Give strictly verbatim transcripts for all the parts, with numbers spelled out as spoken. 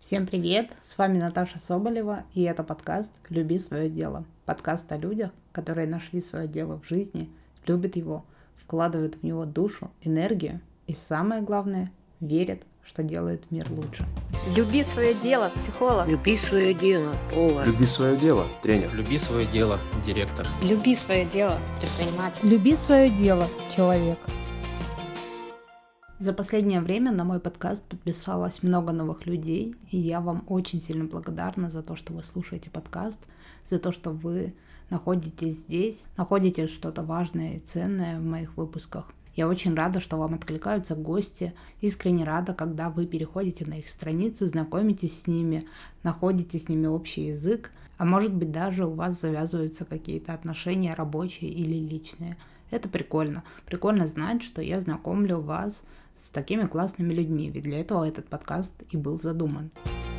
Всем привет, с вами Наташа Соболева, и это подкаст «Люби свое дело». Подкаст о людях, которые нашли свое дело в жизни, любят его, вкладывают в него душу, энергию и, самое главное, верят, что делает мир лучше. Люби свое дело, психолог. Люби свое дело, повар. Люби свое дело, тренер. Люби свое дело, директор. Люби свое дело, предприниматель. Люби свое дело, человек. За последнее время на мой подкаст подписалось много новых людей, и я вам очень сильно благодарна за то, что вы слушаете подкаст, за то, что вы находитесь здесь, находите что-то важное и ценное в моих выпусках. Я очень рада, что вам откликаются гости, искренне рада, когда вы переходите на их страницы, знакомитесь с ними, находите с ними общий язык, а может быть даже у вас завязываются какие-то отношения рабочие или личные. Это прикольно. Прикольно знать, что я знакомлю вас с такими классными людьми, ведь для этого этот подкаст и был задуман.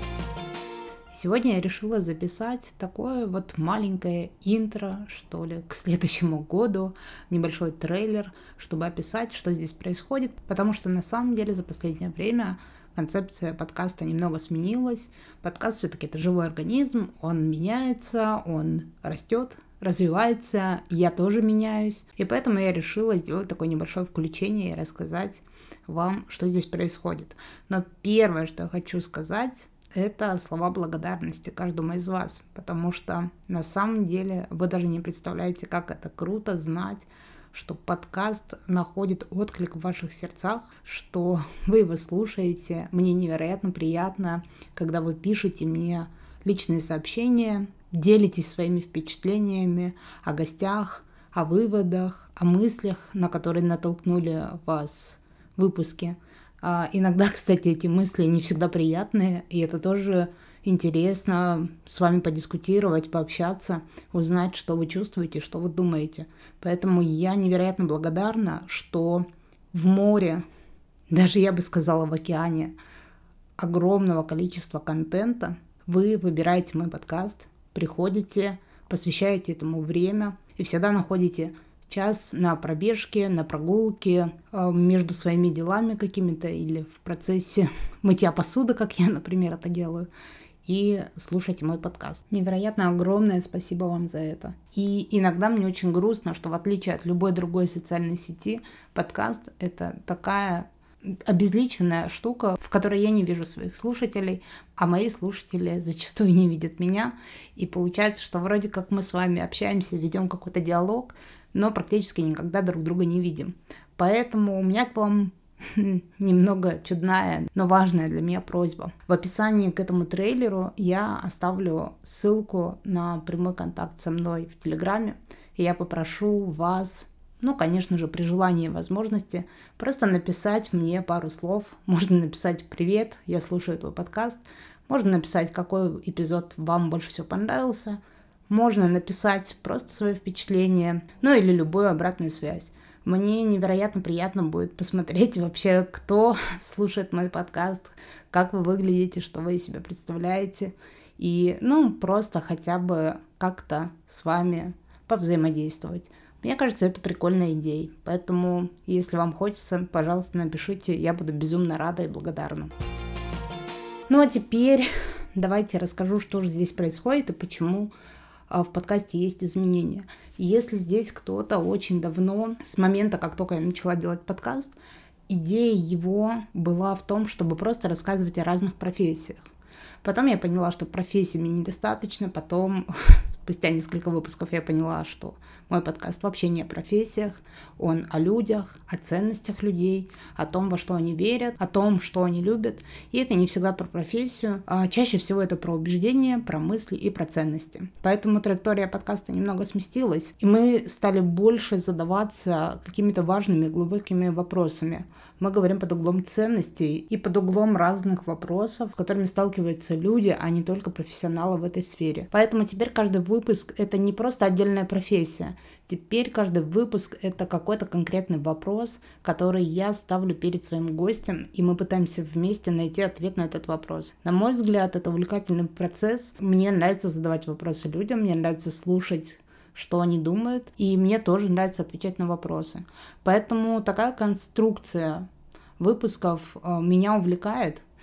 Сегодня я решила записать такое вот маленькое интро, что ли, к следующему году, небольшой трейлер, чтобы описать, что здесь происходит, потому что на самом деле за последнее время концепция подкаста немного сменилась. Подкаст все-таки это живой организм, он меняется, он растет, развивается, я тоже меняюсь. И поэтому я решила сделать такое небольшое включение и рассказать вам, что здесь происходит. Но первое, что я хочу сказать, это слова благодарности каждому из вас, потому что на самом деле вы даже не представляете, как это круто знать, что подкаст находит отклик в ваших сердцах, что вы его слушаете. Мне невероятно приятно, когда вы пишете мне личные сообщения, делитесь своими впечатлениями о гостях, о выводах, о мыслях, на которые натолкнули вас выпуски. А иногда, кстати, эти мысли не всегда приятные, и это тоже интересно с вами подискутировать, пообщаться, узнать, что вы чувствуете, что вы думаете. Поэтому я невероятно благодарна, что в море, даже я бы сказала в океане, огромного количества контента вы выбираете мой подкаст, приходите, посвящаете этому время и всегда находите час на пробежке, на прогулке, между своими делами какими-то или в процессе мытья посуды, как я, например, это делаю, и слушайте мой подкаст. Невероятно огромное спасибо вам за это. И иногда мне очень грустно, что в отличие от любой другой социальной сети, подкаст — это такая обезличенная штука, в которой я не вижу своих слушателей, а мои слушатели зачастую не видят меня. И получается, что вроде как мы с вами общаемся, ведем какой-то диалог, но практически никогда друг друга не видим. Поэтому у меня к вам немного чудная, но важная для меня просьба. В описании к этому трейлеру я оставлю ссылку на прямой контакт со мной в Телеграме, и я попрошу вас, ну, конечно же, при желании и возможности, просто написать мне пару слов. Можно написать «Привет, я слушаю твой подкаст». Можно написать, какой эпизод вам больше всего понравился. Можно написать просто свои впечатления, ну или любую обратную связь. Мне невероятно приятно будет посмотреть вообще, кто слушает мой подкаст, как вы выглядите, что вы из себя представляете. И, ну, просто хотя бы как-то с вами повзаимодействовать. Мне кажется, это прикольная идея. Поэтому, если вам хочется, пожалуйста, напишите. Я буду безумно рада и благодарна. Ну а теперь давайте расскажу, что же здесь происходит и почему в подкасте есть изменения. Если здесь кто-то очень давно, с момента, как только я начала делать подкаст, идея его была в том, чтобы просто рассказывать о разных профессиях. Потом я поняла, что профессий мне недостаточно. Потом, спустя несколько выпусков, я поняла, что мой подкаст вообще не о профессиях. Он о людях, о ценностях людей, о том, во что они верят, о том, что они любят. И это не всегда про профессию. А чаще всего это про убеждения, про мысли и про ценности. Поэтому траектория подкаста немного сместилась. И мы стали больше задаваться какими-то важными, глубокими вопросами. Мы говорим под углом ценностей и под углом разных вопросов, с которыми сталкиваются люди, а не только профессионалы в этой сфере. Поэтому теперь каждый выпуск — это не просто отдельная профессия. Теперь каждый выпуск — это какой-то конкретный вопрос, который я ставлю перед своим гостем, и мы пытаемся вместе найти ответ на этот вопрос. На мой взгляд, это увлекательный процесс. Мне нравится задавать вопросы людям, мне нравится слушать, что они думают, и мне тоже нравится отвечать на вопросы. Поэтому такая конструкция выпусков меня увлекает.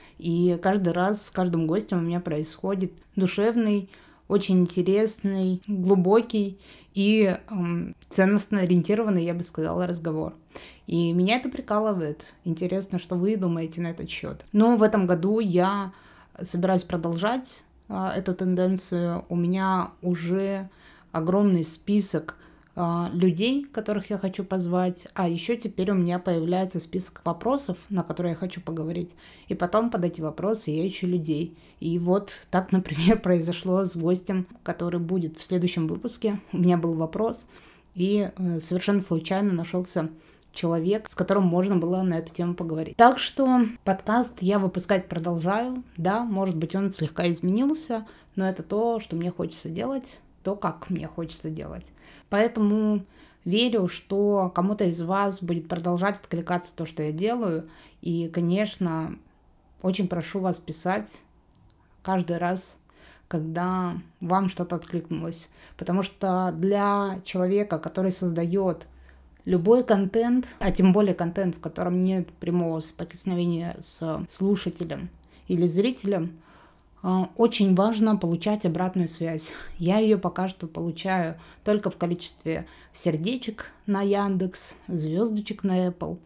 И каждый раз с каждым гостем у меня происходит душевный, очень интересный, глубокий и эм, ценностно ориентированный, я бы сказала, разговор. И меня это прикалывает. Интересно, что вы думаете на этот счет. Но в этом году я собираюсь продолжать э, эту тенденцию. У меня уже огромный список людей, которых я хочу позвать, а еще теперь у меня появляется список вопросов, на которые я хочу поговорить, и потом под эти вопросы я ищу людей. И вот так, например, произошло с гостем, который будет в следующем выпуске. У меня был вопрос, и совершенно случайно нашелся человек, с которым можно было на эту тему поговорить. Так что подкаст я выпускать продолжаю. Да, может быть, он слегка изменился, но это то, что мне хочется делать, то, как мне хочется делать. Поэтому верю, что кому-то из вас будет продолжать откликаться то, что я делаю. И, конечно, очень прошу вас писать каждый раз, когда вам что-то откликнулось. Потому что для человека, который создает любой контент, а тем более контент, в котором нет прямого соприкосновения с слушателем или зрителем, очень важно получать обратную связь. Я ее пока что получаю только в количестве сердечек на Яндекс, звездочек на Apple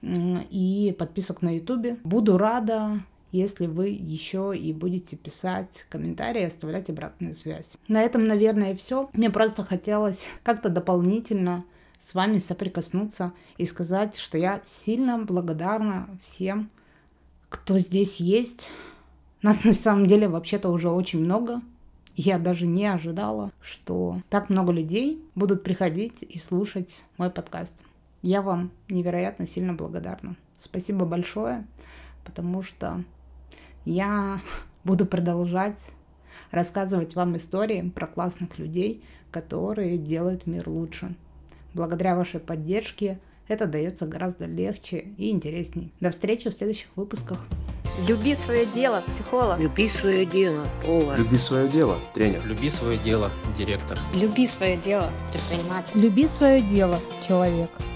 и подписок на YouTube. Буду рада, если вы еще и будете писать комментарии и оставлять обратную связь. На этом, наверное, все. Мне просто хотелось как-то дополнительно с вами соприкоснуться и сказать, что я сильно благодарна всем, кто здесь есть. Нас на самом деле вообще-то уже очень много. Я даже не ожидала, что так много людей будут приходить и слушать мой подкаст. Я вам невероятно сильно благодарна. Спасибо большое, потому что я буду продолжать рассказывать вам истории про классных людей, которые делают мир лучше. Благодаря вашей поддержке это дается гораздо легче и интересней. До встречи в следующих выпусках. Люби свое дело, психолог. Люби свое дело, повар. Люби свое дело, тренер. Люби свое дело, директор. Люби свое дело, предприниматель. Люби свое дело, человек.